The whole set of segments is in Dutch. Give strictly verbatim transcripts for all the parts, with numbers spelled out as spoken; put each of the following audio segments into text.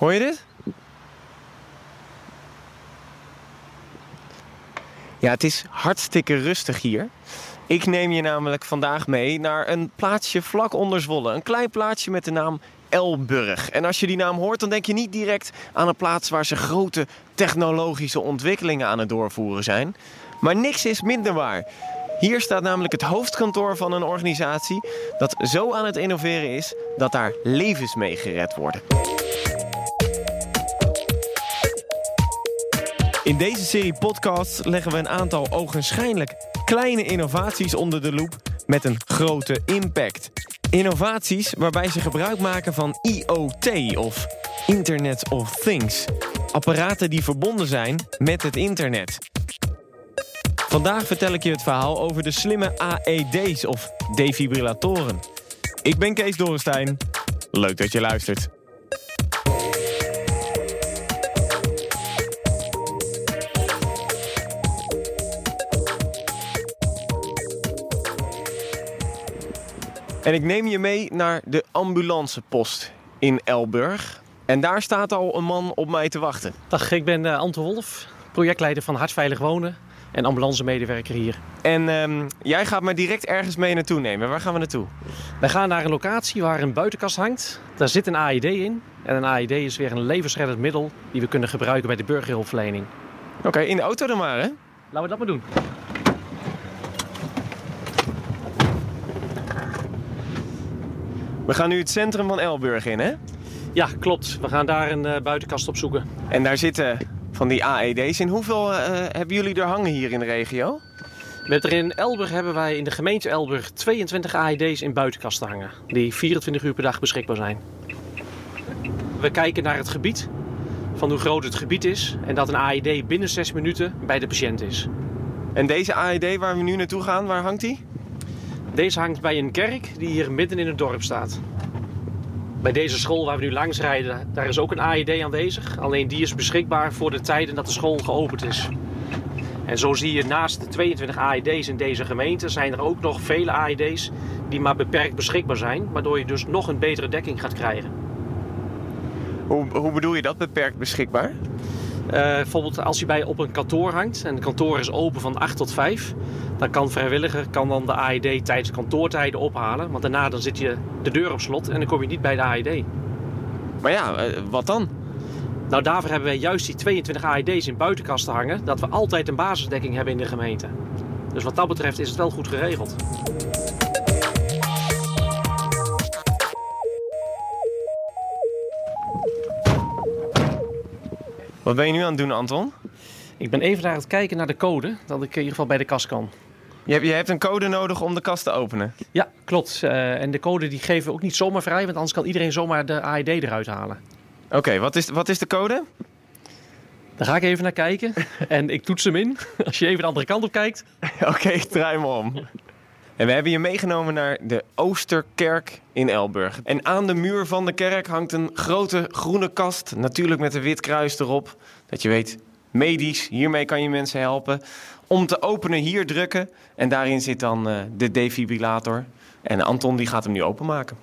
Hoor je dit? Ja, het is hartstikke rustig hier. Ik neem je namelijk vandaag mee naar een plaatsje vlak onder Zwolle. Een klein plaatsje met de naam Elburg. En als je die naam hoort, dan denk je niet direct aan een plaats waar ze grote technologische ontwikkelingen aan het doorvoeren zijn. Maar niks is minder waar. Hier staat namelijk het hoofdkantoor van een organisatie dat zo aan het innoveren is dat daar levens mee gered worden. In deze serie podcasts leggen we een aantal ogenschijnlijk kleine innovaties onder de loep met een grote impact. Innovaties waarbij ze gebruik maken van I O T of Internet of Things. Apparaten die verbonden zijn met het internet. Vandaag vertel ik je het verhaal over de slimme A E D's of defibrillatoren. Ik ben Kees Dorrestein. Leuk dat je luistert. En ik neem je mee naar de ambulancepost in Elburg. En daar staat al een man op mij te wachten. Dag, ik ben uh, Anton Wolf, projectleider van Hartveilig Wonen en ambulancemedewerker hier. En um, jij gaat me direct ergens mee naartoe nemen. Waar gaan we naartoe? Wij gaan naar een locatie waar een buitenkast hangt. Daar zit een A E D in. En een A E D is weer een levensreddend middel die we kunnen gebruiken bij de burgerhulpverlening. Oké, okay, in de auto dan maar, hè? Laten we dat maar doen. We gaan nu het centrum van Elburg in, hè? Ja, klopt. We gaan daar een uh, buitenkast op zoeken. En daar zitten van die A E D's in. Hoeveel uh, hebben jullie er hangen hier in de regio? Met er in Elburg hebben wij in de gemeente Elburg tweeëntwintig A E D's in buitenkasten hangen. Die vierentwintig uur per dag beschikbaar zijn. We kijken naar het gebied, van hoe groot het gebied is. En dat een A E D binnen zes minuten bij de patiënt is. En deze A E D waar we nu naartoe gaan, waar hangt die? Deze hangt bij een kerk die hier midden in het dorp staat. Bij deze school waar we nu langs rijden, daar is ook een A E D aanwezig. Alleen die is beschikbaar voor de tijden dat de school geopend is. En zo zie je naast de tweeëntwintig A E D's in deze gemeente zijn er ook nog vele A E D's die maar beperkt beschikbaar zijn. Waardoor je dus nog een betere dekking gaat krijgen. Hoe, hoe bedoel je dat, beperkt beschikbaar? Uh, bijvoorbeeld als je bij op een kantoor hangt en het kantoor is open van acht tot vijf... dan kan vrijwilliger kan dan de A E D tijdens kantoortijden ophalen. Want daarna dan zit je de deur op slot en dan kom je niet bij de A E D. Maar ja, uh, wat dan? Nou, daarvoor hebben wij juist die tweeëntwintig A E D's in buitenkasten hangen. Dat we altijd een basisdekking hebben in de gemeente. Dus wat dat betreft is het wel goed geregeld. Wat ben je nu aan het doen, Anton? Ik ben even naar het kijken naar de code, dat ik in ieder geval bij de kast kan. Je hebt, je hebt een code nodig om de kast te openen? Ja, klopt. Uh, en de code die geven we ook niet zomaar vrij, want anders kan iedereen zomaar de A E D eruit halen. Oké, okay, wat is, wat is de code? Daar ga ik even naar kijken en ik toets hem in. Als je even de andere kant op kijkt. Oké, okay, ik draai me om. En we hebben je meegenomen naar de Oosterkerk in Elburg. En aan de muur van de kerk hangt een grote groene kast. Natuurlijk met een wit kruis erop. Dat je weet, medisch, hiermee kan je mensen helpen. Om te openen hier drukken. En daarin zit dan uh, de defibrillator. En Anton die gaat hem nu openmaken.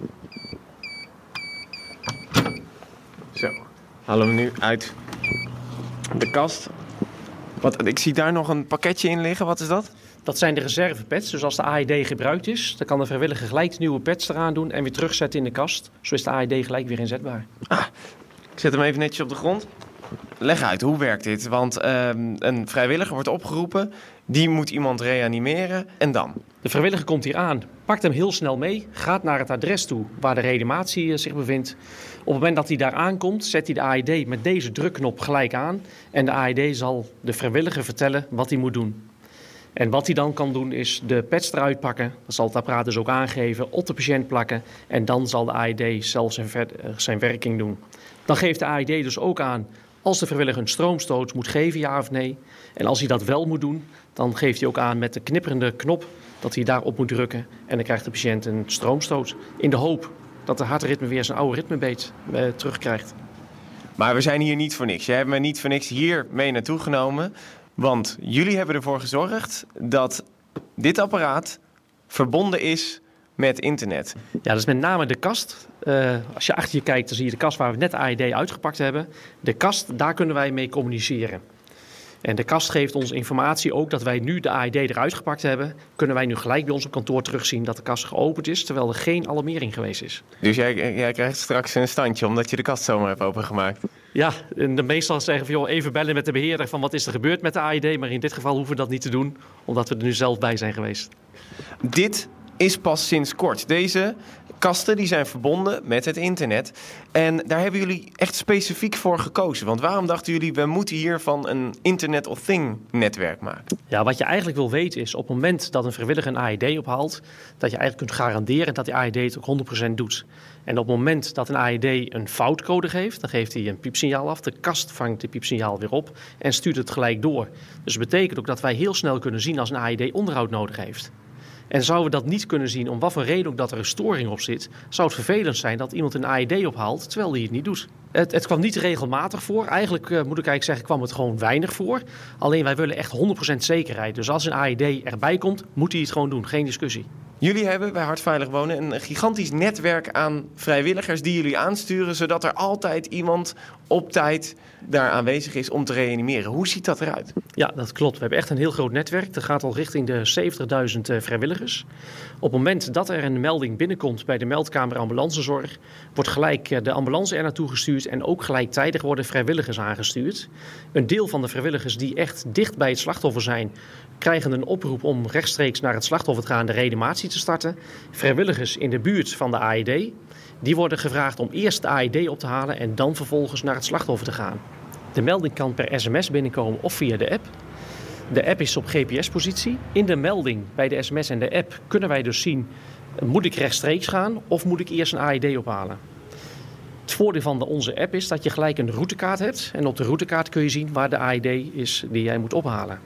Zo, halen we hem nu uit de kast. Wat, ik zie daar nog een pakketje in liggen. Wat is dat? Dat zijn de reservepads. Dus als de A E D gebruikt is, dan kan de vrijwilliger gelijk de nieuwe pads eraan doen en weer terugzetten in de kast. Zo is de A E D gelijk weer inzetbaar. Ah, ik zet hem even netjes op de grond. Leg uit, hoe werkt dit? Want uh, een vrijwilliger wordt opgeroepen, die moet iemand reanimeren en dan? De vrijwilliger komt hier aan, pakt hem heel snel mee, gaat naar het adres toe waar de reanimatie zich bevindt. Op het moment dat hij daar aankomt, zet hij de A E D met deze drukknop gelijk aan. En de A E D zal de vrijwilliger vertellen wat hij moet doen. En wat hij dan kan doen is de pads eruit pakken. Dat zal het apparaat dus ook aangeven, op de patiënt plakken. En dan zal de A E D zelf zijn, ver- zijn werking doen. Dan geeft de A E D dus ook aan als de vrijwilliger een stroomstoot moet geven, ja of nee. En als hij dat wel moet doen, dan geeft hij ook aan met de knipperende knop dat hij daarop moet drukken. En dan krijgt de patiënt een stroomstoot in de hoop dat de hartritme weer zijn oude ritmebeet eh, terugkrijgt. Maar we zijn hier niet voor niks. Jij hebt mij niet voor niks hier mee naartoe genomen. Want jullie hebben ervoor gezorgd dat dit apparaat verbonden is met internet. Ja, dat is met name de kast. Uh, Uh, als je achter je kijkt, dan zie je de kast waar we net de A I D uitgepakt hebben. De kast, daar kunnen wij mee communiceren. En de kast geeft ons informatie ook dat wij nu de A I D eruit gepakt hebben. Kunnen wij nu gelijk bij ons op kantoor terugzien dat de kast geopend is, terwijl er geen alarmering geweest is. Dus jij, jij krijgt straks een standje omdat je de kast zomaar hebt opengemaakt? Ja, en de meestal zeggen van joh, even bellen met de beheerder van wat is er gebeurd met de A I D. Maar in dit geval hoeven we dat niet te doen, omdat we er nu zelf bij zijn geweest. Dit is pas sinds kort. Deze kasten die zijn verbonden met het internet. En daar hebben jullie echt specifiek voor gekozen. Want waarom dachten jullie, we moeten hiervan een Internet of Thing netwerk maken? Ja, wat je eigenlijk wil weten is, op het moment dat een vrijwilliger een A I D ophaalt, dat je eigenlijk kunt garanderen dat die A I D het ook honderd procent doet. En op het moment dat een A I D een foutcode geeft, dan geeft hij een piepsignaal af. De kast vangt de piepsignaal weer op en stuurt het gelijk door. Dus dat betekent ook dat wij heel snel kunnen zien als een A I D onderhoud nodig heeft. En zouden we dat niet kunnen zien, om wat voor reden ook dat er een storing op zit, zou het vervelend zijn dat iemand een A I D ophaalt terwijl hij het niet doet. Het, het kwam niet regelmatig voor. Eigenlijk uh, moet ik eigenlijk zeggen, kwam het gewoon weinig voor. Alleen wij willen echt honderd procent zekerheid. Dus als een A I D erbij komt, moet hij het gewoon doen. Geen discussie. Jullie hebben bij Hartveilig Wonen een gigantisch netwerk aan vrijwilligers die jullie aansturen, zodat er altijd iemand op tijd daar aanwezig is om te reanimeren. Hoe ziet dat eruit? Ja, dat klopt. We hebben echt een heel groot netwerk. Dat gaat al richting de zeventigduizend uh, vrijwilligers. Op het moment dat er een melding binnenkomt bij de meldkamer ambulancezorg, wordt gelijk uh, de ambulance er naartoe gestuurd en ook gelijktijdig worden vrijwilligers aangestuurd. Een deel van de vrijwilligers die echt dicht bij het slachtoffer zijn, krijgen een oproep om rechtstreeks naar het slachtoffer te gaan de reanimatie te starten. Vrijwilligers in de buurt van de A I D, die worden gevraagd om eerst de A I D op te halen en dan vervolgens naar het slachtoffer te gaan. De melding kan per sms binnenkomen of via de app. De app is op G P S-positie. In de melding bij de sms en de app kunnen wij dus zien, moet ik rechtstreeks gaan of moet ik eerst een A I D ophalen? Het voordeel van de, onze app is dat je gelijk een routekaart hebt. En op de routekaart kun je zien waar de A I D is die jij moet ophalen.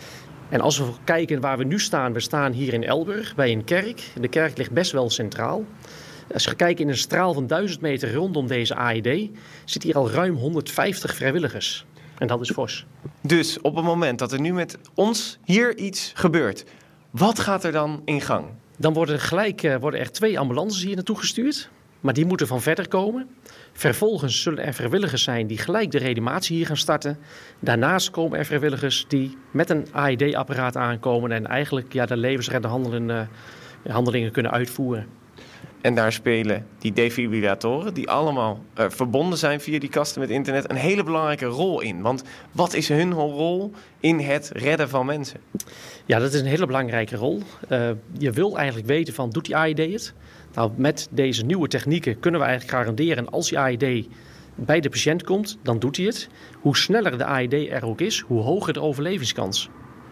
En als we kijken waar we nu staan, we staan hier in Elburg bij een kerk. De kerk ligt best wel centraal. Als je kijkt in een straal van duizend meter rondom deze A I D, zit hier al ruim honderdvijftig vrijwilligers. En dat is fors. Dus op het moment dat er nu met ons hier iets gebeurt, wat gaat er dan in gang? Dan worden er gelijk uh, worden er twee ambulances hier naartoe gestuurd. Maar die moeten van verder komen. Vervolgens zullen er vrijwilligers zijn die gelijk de reanimatie hier gaan starten. Daarnaast komen er vrijwilligers die met een A I D-apparaat aankomen en eigenlijk ja, de levensreddende uh, handelingen kunnen uitvoeren. En daar spelen die defibrillatoren, die allemaal uh, verbonden zijn via die kasten met internet, een hele belangrijke rol in. Want wat is hun rol in het redden van mensen? Ja, dat is een hele belangrijke rol. Uh, je wil eigenlijk weten van, doet die A I D het? Nou, met deze nieuwe technieken kunnen we eigenlijk garanderen, als die A I D bij de patiënt komt, dan doet hij het. Hoe sneller de A I D er ook is, hoe hoger de overlevingskans.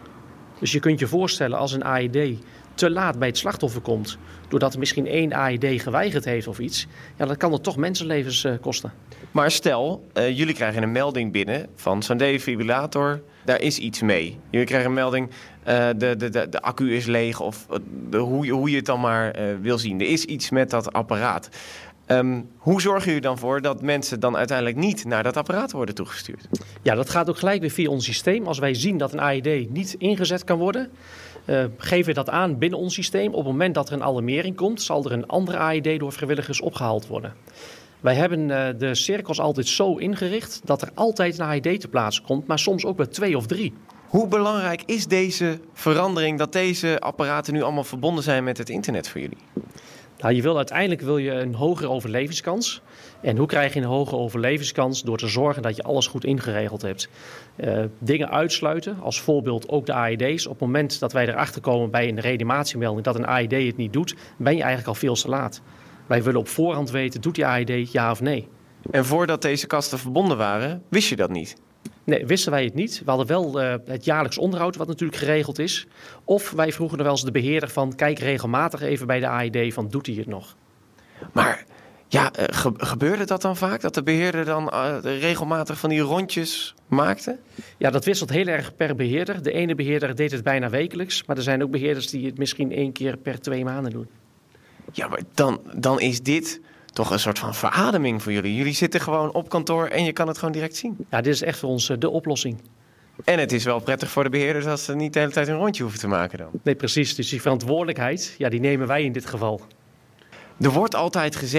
Dus je kunt je voorstellen als een A I D te laat bij het slachtoffer komt, doordat er misschien één A I D geweigerd heeft of iets, ja, dan kan het toch mensenlevens uh, kosten. Maar stel, uh, jullie krijgen een melding binnen van zo'n defibrillator, daar is iets mee. Jullie krijgen een melding, uh, de, de, de, de accu is leeg of de, hoe, je, hoe je het dan maar uh, wil zien. Er is iets met dat apparaat. Um, hoe zorgen jullie dan voor dat mensen dan uiteindelijk niet naar dat apparaat worden toegestuurd? Ja, dat gaat ook gelijk weer via ons systeem. Als wij zien dat een A I D niet ingezet kan worden, Uh, geven we dat aan binnen ons systeem. Op het moment dat er een alarmering komt, zal er een andere A I D door vrijwilligers opgehaald worden. Wij hebben uh, de cirkels altijd zo ingericht dat er altijd een A I D te plaatsen komt, maar soms ook wel twee of drie. Hoe belangrijk is deze verandering dat deze apparaten nu allemaal verbonden zijn met het internet voor jullie? Nou, je wil uiteindelijk wil je een hogere overlevingskans. En hoe krijg je een hogere overlevingskans? Door te zorgen dat je alles goed ingeregeld hebt. Uh, dingen uitsluiten, als voorbeeld ook de A I D's. Op het moment dat wij erachter komen bij een reanimatiemelding dat een A I D het niet doet, ben je eigenlijk al veel te laat. Wij willen op voorhand weten, doet die A I D ja of nee? En voordat deze kasten verbonden waren, wist je dat niet? Nee, wisten wij het niet. We hadden wel uh, het jaarlijks onderhoud, wat natuurlijk geregeld is. Of wij vroegen er wel eens de beheerder van, kijk regelmatig even bij de A I D van, doet hij het nog? Maar ja, uh, ge- gebeurde dat dan vaak? Dat de beheerder dan uh, regelmatig van die rondjes maakte? Ja, dat wisselt heel erg per beheerder. De ene beheerder deed het bijna wekelijks. Maar er zijn ook beheerders die het misschien één keer per twee maanden doen. Ja, maar dan, dan is dit toch een soort van verademing voor jullie. Jullie zitten gewoon op kantoor en je kan het gewoon direct zien. Ja, dit is echt voor ons uh, de oplossing. En het is wel prettig voor de beheerders als ze niet de hele tijd een rondje hoeven te maken dan. Nee, precies. Dus die verantwoordelijkheid, ja, die nemen wij in dit geval. Er wordt altijd gezegd,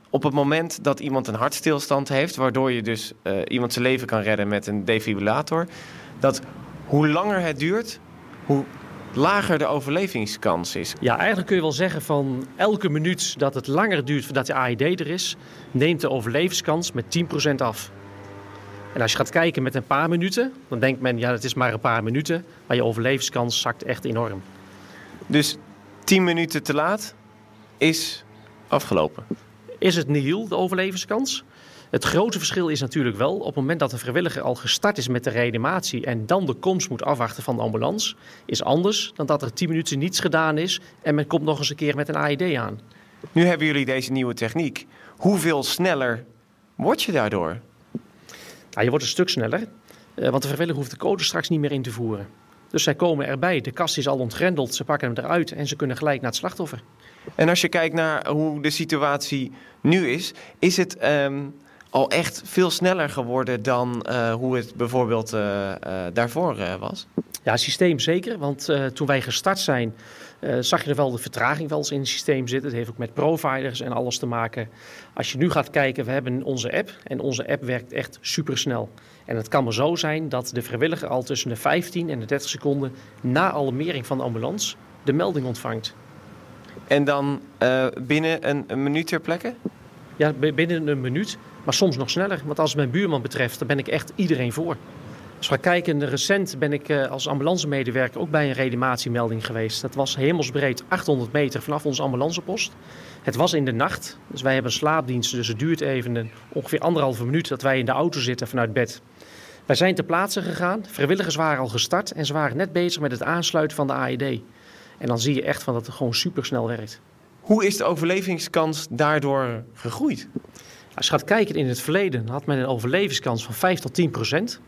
op het moment dat iemand een hartstilstand heeft, waardoor je dus uh, iemand zijn leven kan redden met een defibrillator, dat hoe langer het duurt, hoe lager de overlevingskans is. Ja, eigenlijk kun je wel zeggen van elke minuut dat het langer duurt voordat de A E D er is, neemt de overlevingskans met tien procent af. En als je gaat kijken met een paar minuten, dan denkt men, ja, het is maar een paar minuten, maar je overlevingskans zakt echt enorm. Dus tien minuten te laat is afgelopen. Is het nihil, de overlevingskans? Het grote verschil is natuurlijk wel, op het moment dat de vrijwilliger al gestart is met de reanimatie en dan de komst moet afwachten van de ambulance, is anders dan dat er tien minuten niets gedaan is en men komt nog eens een keer met een A E D aan. Nu hebben jullie deze nieuwe techniek. Hoeveel sneller word je daardoor? Nou, je wordt een stuk sneller, want de vrijwilliger hoeft de code straks niet meer in te voeren. Dus zij komen erbij, de kast is al ontgrendeld, ze pakken hem eruit en ze kunnen gelijk naar het slachtoffer. En als je kijkt naar hoe de situatie nu is, is het um, al echt veel sneller geworden dan uh, hoe het bijvoorbeeld uh, uh, daarvoor uh, was? Ja, het systeem zeker, want uh, toen wij gestart zijn, uh, zag je er wel de vertraging wel eens in het systeem zitten. Het heeft ook met providers en alles te maken. Als je nu gaat kijken, we hebben onze app en onze app werkt echt supersnel. En het kan maar zo zijn dat de vrijwilliger al tussen de vijftien en de dertig seconden na alarmering van de ambulance de melding ontvangt. En dan uh, binnen een, een minuut ter plekke? Ja, binnen een minuut, maar soms nog sneller. Want als het mijn buurman betreft, dan ben ik echt iedereen voor. Als we kijken, recent ben ik uh, als ambulancemedewerker ook bij een reanimatiemelding geweest. Dat was hemelsbreed achthonderd meter vanaf onze ambulancepost. Het was in de nacht, dus wij hebben een slaapdienst, dus het duurt even een, ongeveer anderhalve minuut dat wij in de auto zitten vanuit bed. Wij zijn ter plaatse gegaan, vrijwilligers waren al gestart en ze waren net bezig met het aansluiten van de A E D. En dan zie je echt van dat het gewoon supersnel werkt. Hoe is de overlevingskans daardoor gegroeid? Als je gaat kijken in het verleden had men een overlevingskans van vijf tot tien procent.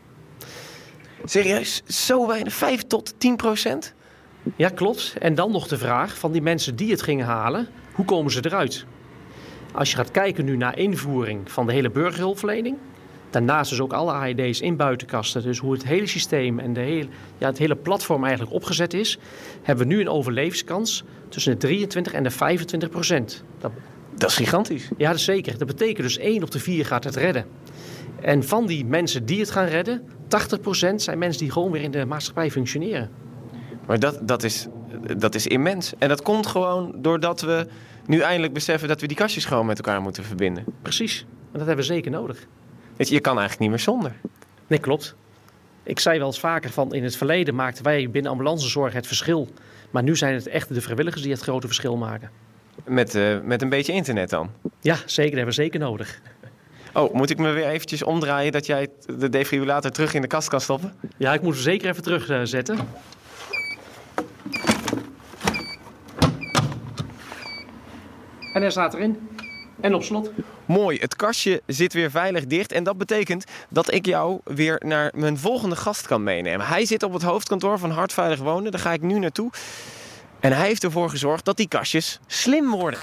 Serieus? Zo weinig? vijf tot tien procent? Ja, klopt. En dan nog de vraag van die mensen die het gingen halen, hoe komen ze eruit? Als je gaat kijken nu naar invoering van de hele burgerhulpverlening, daarnaast dus ook alle A E D's in buitenkasten, dus hoe het hele systeem en de hele, ja, het hele platform eigenlijk opgezet is, hebben we nu een overlevingskans tussen de drieëntwintig en de vijfentwintig procent. Dat, dat is gigantisch. Ja, dat is zeker. Dat betekent dus één op de vier gaat het redden. En van die mensen die het gaan redden, tachtig procent zijn mensen die gewoon weer in de maatschappij functioneren. Maar dat, dat, is, dat is immens. En dat komt gewoon doordat we nu eindelijk beseffen dat we die kastjes gewoon met elkaar moeten verbinden. Precies. En dat hebben we zeker nodig. Je kan eigenlijk niet meer zonder. Nee, klopt. Ik zei wel eens vaker van in het verleden maakten wij binnen ambulancezorg het verschil. Maar nu zijn het echt de vrijwilligers die het grote verschil maken. Met, uh, met een beetje internet dan? Ja, zeker. Dat hebben we zeker nodig. Oh, moet ik me weer eventjes omdraaien dat jij de defibrillator terug in de kast kan stoppen? Ja, ik moet hem zeker even terugzetten. Uh, en hij staat erin. En op slot. Mooi, het kastje zit weer veilig dicht. En dat betekent dat ik jou weer naar mijn volgende gast kan meenemen. Hij zit op het hoofdkantoor van Hartveilig Wonen. Daar ga ik nu naartoe. En hij heeft ervoor gezorgd dat die kastjes slim worden.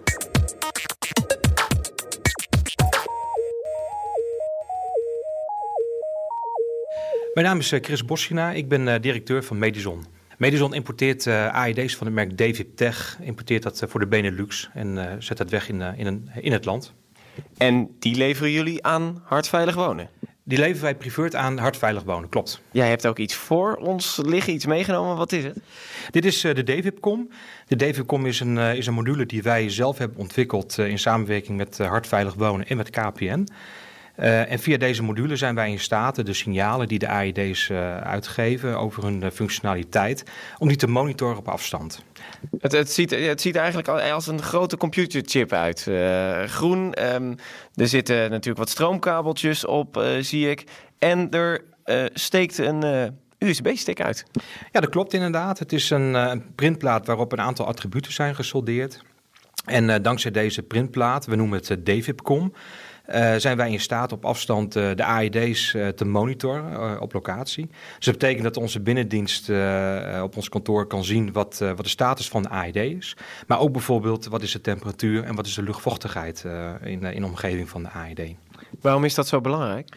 Mijn naam is Chris Boschina. Ik ben uh, directeur van Medison. Medison importeert uh, A E D's van het merk Deviptech, importeert dat uh, voor de Benelux en uh, zet dat weg in, uh, in, een, in het land. En die leveren jullie aan Hartveilig Wonen? Die leveren wij priveurt aan Hartveilig Wonen, klopt. Jij hebt ook iets voor ons liggen, iets meegenomen. Wat is het? Dit is uh, de Devipcom. De Devipcom is een, uh, is een module die wij zelf hebben ontwikkeld uh, in samenwerking met uh, Hartveilig Wonen en met K P N. Uh, en via deze module zijn wij in staat de signalen die de A E D's uh, uitgeven over hun uh, functionaliteit, om die te monitoren op afstand. Het, het, ziet, het ziet eigenlijk als een grote computerchip uit. Uh, groen, um, er zitten natuurlijk wat stroomkabeltjes op, uh, zie ik. En er uh, steekt een uh, U S B-stick uit. Ja, dat klopt inderdaad. Het is een uh, printplaat waarop een aantal attributen zijn gesoldeerd. En uh, dankzij deze printplaat, we noemen het uh, Devipcom, Uh, zijn wij in staat op afstand uh, de A E D's uh, te monitoren uh, op locatie. Dus dat betekent dat onze binnendienst uh, uh, op ons kantoor kan zien wat, uh, wat de status van de A E D is. Maar ook bijvoorbeeld wat is de temperatuur en wat is de luchtvochtigheid uh, in, uh, in de omgeving van de A E D. Waarom is dat zo belangrijk?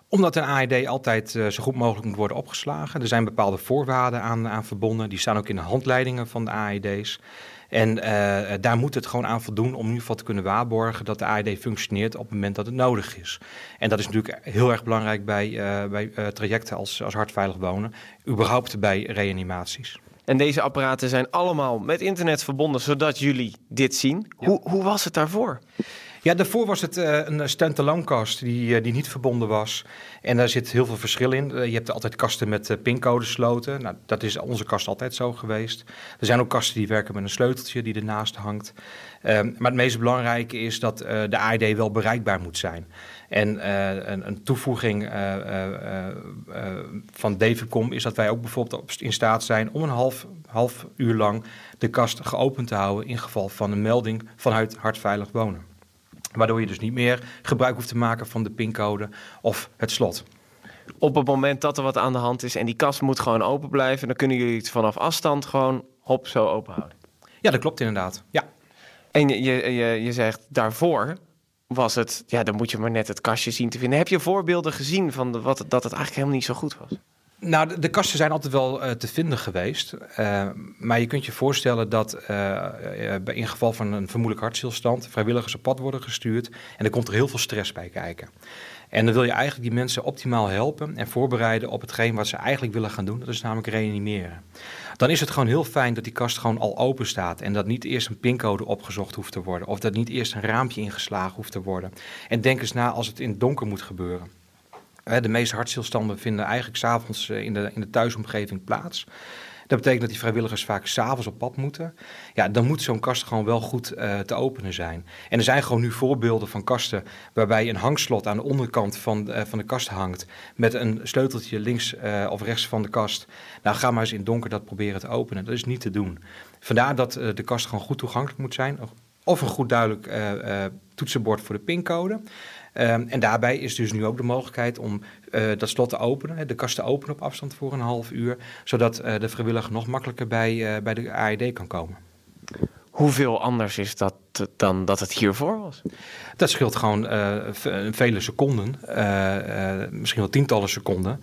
Omdat een A I D altijd uh, zo goed mogelijk moet worden opgeslagen. Er zijn bepaalde voorwaarden aan, aan verbonden. Die staan ook in de handleidingen van de A I D's. En uh, daar moet het gewoon aan voldoen om in ieder geval te kunnen waarborgen dat de A I D functioneert op het moment dat het nodig is. En dat is natuurlijk heel erg belangrijk bij, uh, bij uh, trajecten als, als hartveilig wonen, überhaupt bij reanimaties. En deze apparaten zijn allemaal met internet verbonden, zodat jullie dit zien. Ja. Hoe, hoe was het daarvoor? Ja, daarvoor was het uh, een stand-alone kast die, uh, die niet verbonden was. En daar zit heel veel verschil in. Uh, je hebt altijd kasten met uh, pincodesloten. Nou, dat is onze kast altijd zo geweest. Er zijn ook kasten die werken met een sleuteltje die ernaast hangt. Um, maar het meest belangrijke is dat uh, de A I D wel bereikbaar moet zijn. En uh, een, een toevoeging uh, uh, uh, van Davidcom is dat wij ook bijvoorbeeld in staat zijn om een half, half uur lang de kast geopend te houden in geval van een melding vanuit hartveilig wonen. Waardoor je dus niet meer gebruik hoeft te maken van de pincode of het slot. Op het moment dat er wat aan de hand is en die kast moet gewoon open blijven, dan kunnen jullie het vanaf afstand gewoon hop zo open houden. Ja, dat klopt inderdaad. Ja. En je, je, je zegt daarvoor was het, ja, dan moet je maar net het kastje zien te vinden. Heb je voorbeelden gezien van de, wat, dat het eigenlijk helemaal niet zo goed was? Nou, de, de kasten zijn altijd wel uh, te vinden geweest. Uh, maar je kunt je voorstellen dat uh, uh, in geval van een vermoedelijk hartstilstand vrijwilligers op pad worden gestuurd. En er komt er heel veel stress bij kijken. En dan wil je eigenlijk die mensen optimaal helpen en voorbereiden op hetgeen wat ze eigenlijk willen gaan doen. Dat is namelijk reanimeren. Dan is het gewoon heel fijn dat die kast gewoon al open staat. En dat niet eerst een pincode opgezocht hoeft te worden. Of dat niet eerst een raampje ingeslagen hoeft te worden. En denk eens na als het in het donker moet gebeuren. De meeste hartstilstanden vinden eigenlijk 's avonds in de, in de thuisomgeving plaats. Dat betekent dat die vrijwilligers vaak 's avonds op pad moeten. Ja, dan moet zo'n kast gewoon wel goed uh, te openen zijn. En er zijn gewoon nu voorbeelden van kasten waarbij een hangslot aan de onderkant van, uh, van de kast hangt met een sleuteltje links uh, of rechts van de kast. Nou, ga maar eens in het donker dat proberen te openen. Dat is niet te doen. Vandaar dat uh, de kast gewoon goed toegankelijk moet zijn. Of een goed duidelijk uh, uh, toetsenbord voor de pincode. Um, en daarbij is dus nu ook de mogelijkheid om uh, dat slot te openen, de kast te openen op afstand voor een half uur, zodat uh, de vrijwilliger nog makkelijker bij, uh, bij de A I D kan komen. Hoeveel anders is dat dan dat het hiervoor was? Dat scheelt gewoon uh, vele seconden, uh, uh, misschien wel tientallen seconden.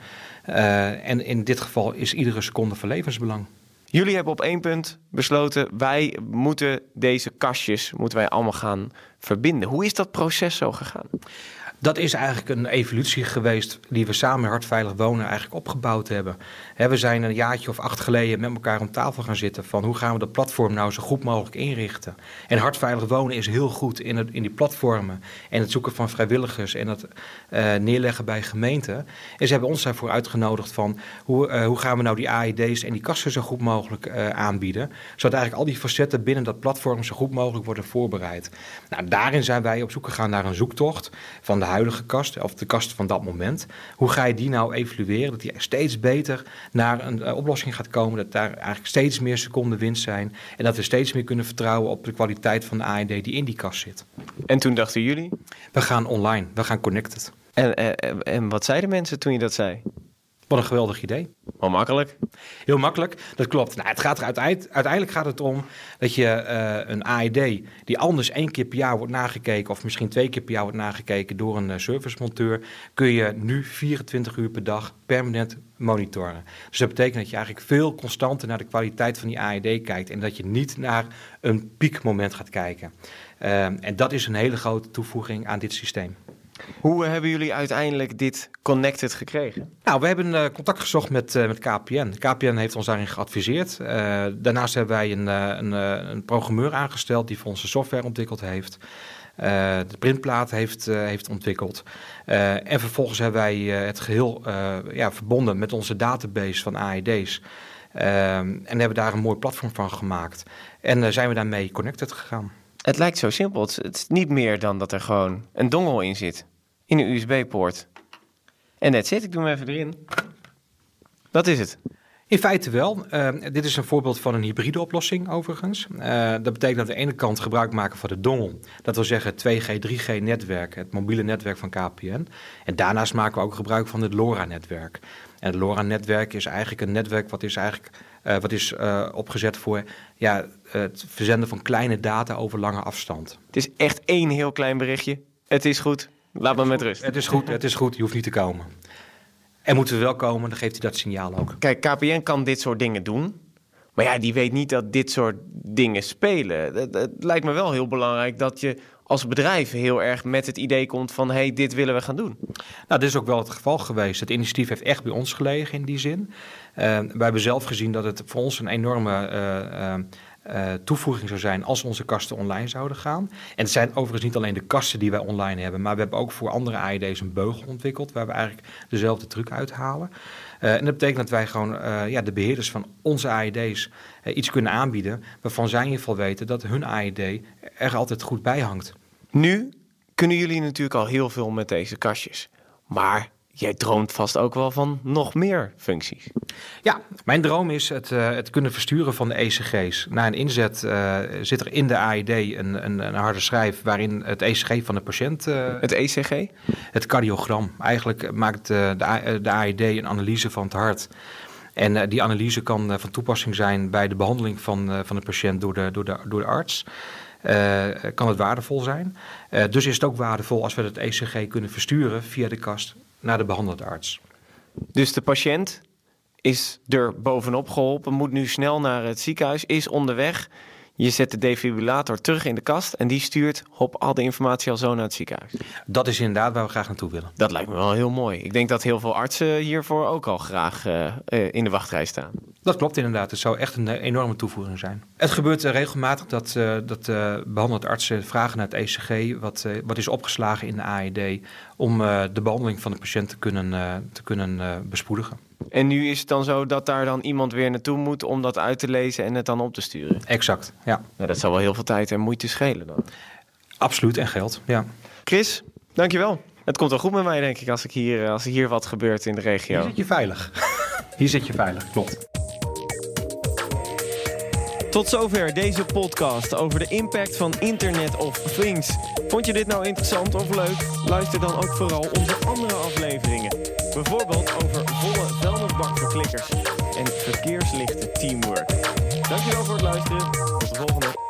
Uh, en in dit geval is iedere seconde van levensbelang. Jullie hebben op één punt besloten, wij moeten deze kastjes moeten wij allemaal gaan verbinden. Hoe is dat proces zo gegaan? Dat is eigenlijk een evolutie geweest die we samen met Hartveilig Wonen eigenlijk opgebouwd hebben. We zijn een jaartje of acht geleden met elkaar om tafel gaan zitten van hoe gaan we dat platform nou zo goed mogelijk inrichten. En Hartveilig Wonen is heel goed in, het, in die platformen en het zoeken van vrijwilligers en het uh, neerleggen bij gemeenten. En ze hebben ons daarvoor uitgenodigd van hoe, uh, hoe gaan we nou die A I D's en die kasten zo goed mogelijk uh, aanbieden. Zodat eigenlijk al die facetten binnen dat platform zo goed mogelijk worden voorbereid. Nou, daarin zijn wij op zoek gegaan naar een zoektocht van de huidige kast, of de kast van dat moment. Hoe ga je die nou evalueren? Dat die steeds beter naar een uh, oplossing gaat komen. Dat daar eigenlijk steeds meer seconden winst zijn. En dat we steeds meer kunnen vertrouwen op de kwaliteit van de A I D die in die kast zit. En toen dachten jullie? We gaan online. We gaan connected. En, en, en wat zeiden mensen toen je dat zei? Wat een geweldig idee. Wel makkelijk. Heel makkelijk, dat klopt. Nou, het gaat er uiteindelijk, uiteindelijk gaat het om dat je uh, een A I D die anders één keer per jaar wordt nagekeken of misschien twee keer per jaar wordt nagekeken door een uh, servicemonteur, kun je nu vierentwintig uur per dag permanent monitoren. Dus dat betekent dat je eigenlijk veel constanter naar de kwaliteit van die A I D kijkt en dat je niet naar een piekmoment gaat kijken. Uh, en dat is een hele grote toevoeging aan dit systeem. Hoe hebben jullie uiteindelijk dit connected gekregen? Nou, we hebben uh, contact gezocht met, uh, met K P N. K P N heeft ons daarin geadviseerd. Uh, daarnaast hebben wij een, uh, een, uh, een programmeur aangesteld die voor onze software ontwikkeld heeft. Uh, de printplaat heeft, uh, heeft ontwikkeld. Uh, en vervolgens hebben wij uh, het geheel uh, ja, verbonden met onze database van A I D's. Uh, en hebben daar een mooi platform van gemaakt. En uh, zijn we daarmee connected gegaan. Het lijkt zo simpel. Het is, het is niet meer dan dat er gewoon een dongel in zit. In een U S B-poort. En that's it. Ik doe hem even erin. Dat is het. In feite wel. Uh, dit is een voorbeeld van een hybride oplossing overigens. Uh, dat betekent dat we aan de ene kant gebruik maken van de dongel. Dat wil zeggen het twee G, drie G netwerk, het mobiele netwerk van K P N. En daarnaast maken we ook gebruik van het LoRa-netwerk. En het LoRa-netwerk is eigenlijk een netwerk wat is eigenlijk uh, wat is uh, opgezet voor ja, het verzenden van kleine data over lange afstand. Het is echt één heel klein berichtje. Het is goed. laat me met rust. Het is goed, het is goed, je hoeft niet te komen. En moeten we wel komen, dan geeft hij dat signaal ook. Kijk, K P N kan dit soort dingen doen. Maar ja, die weet niet dat dit soort dingen spelen. Het, het lijkt me wel heel belangrijk dat je als bedrijf heel erg met het idee komt van... hé, hey, dit willen we gaan doen. Nou, dit is ook wel het geval geweest. Het initiatief heeft echt bij ons gelegen in die zin. Uh, wij hebben zelf gezien dat het voor ons een enorme uh, uh, uh, toevoeging zou zijn... als onze kasten online zouden gaan. En het zijn overigens niet alleen de kasten die wij online hebben... maar we hebben ook voor andere A I D's een beugel ontwikkeld... waar we eigenlijk dezelfde truc uithalen. Uh, en dat betekent dat wij gewoon uh, ja, de beheerders van onze A I D's uh, iets kunnen aanbieden... waarvan zij in ieder geval weten dat hun A I D er altijd goed bij hangt. Nu kunnen jullie natuurlijk al heel veel met deze kastjes. Maar jij droomt vast ook wel van nog meer functies. Ja, mijn droom is het, uh, het kunnen versturen van de E C G's. Na een inzet uh, zit er in de A I D een, een, een harde schijf... waarin het E C G van de patiënt... Uh, het E C G? Het cardiogram. Eigenlijk maakt uh, de, de A I D een analyse van het hart... En uh, die analyse kan uh, van toepassing zijn bij de behandeling van, uh, van de patiënt door de, door de, door de arts. Uh, kan het waardevol zijn. Uh, dus is het ook waardevol als we het E C G kunnen versturen via de kast naar de behandelende arts. Dus de patiënt is er bovenop geholpen, moet nu snel naar het ziekenhuis, is onderweg. Je zet de defibrillator terug in de kast en die stuurt hop, al de informatie al zo naar het ziekenhuis. Dat is inderdaad waar we graag naartoe willen. Dat lijkt me wel heel mooi. Ik denk dat heel veel artsen hiervoor ook al graag uh, uh, in de wachtrij staan. Dat klopt inderdaad. Het zou echt een enorme toevoeging zijn. Het gebeurt uh, regelmatig dat, uh, dat uh, behandelende artsen vragen naar het E C G... wat, uh, wat is opgeslagen in de A I D... om uh, de behandeling van de patiënt te kunnen, uh, te kunnen uh, bespoedigen. En nu is het dan zo dat daar dan iemand weer naartoe moet... om dat uit te lezen en het dan op te sturen? Exact, ja. Nou, dat zal wel heel veel tijd en moeite schelen dan. Absoluut, en geld, ja. Chris, dankjewel. Het komt wel goed met mij, denk ik, als, ik hier, als er hier wat gebeurt in de regio. Hier zit je veilig. Hier zit je veilig, klopt. Tot zover deze podcast over de impact van Internet of Things. Vond je dit nou interessant of leuk? Luister dan ook vooral onze andere afleveringen. Bijvoorbeeld over volle vuilnisbakverklikkers en verkeerslichten teamwork. Dankjewel voor het luisteren. Tot de volgende.